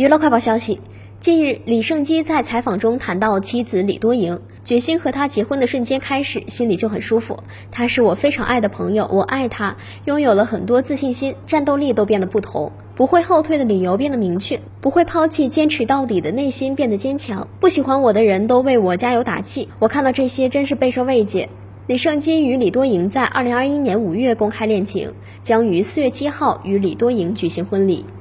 娱乐快报消息，近日李胜基在采访中谈到妻子李多莹，决心和她结婚的瞬间开始，心里就很舒服。她是我非常爱的朋友，我爱她，拥有了很多自信心，战斗力都变得不同，不会后退的理由变得明确，不会抛弃坚持到底的内心变得坚强，不喜欢我的人都为我加油打气，我看到这些真是备受慰藉。李胜基与李多莹在2021年5月公开恋情，将于4月7号与李多莹举行婚礼。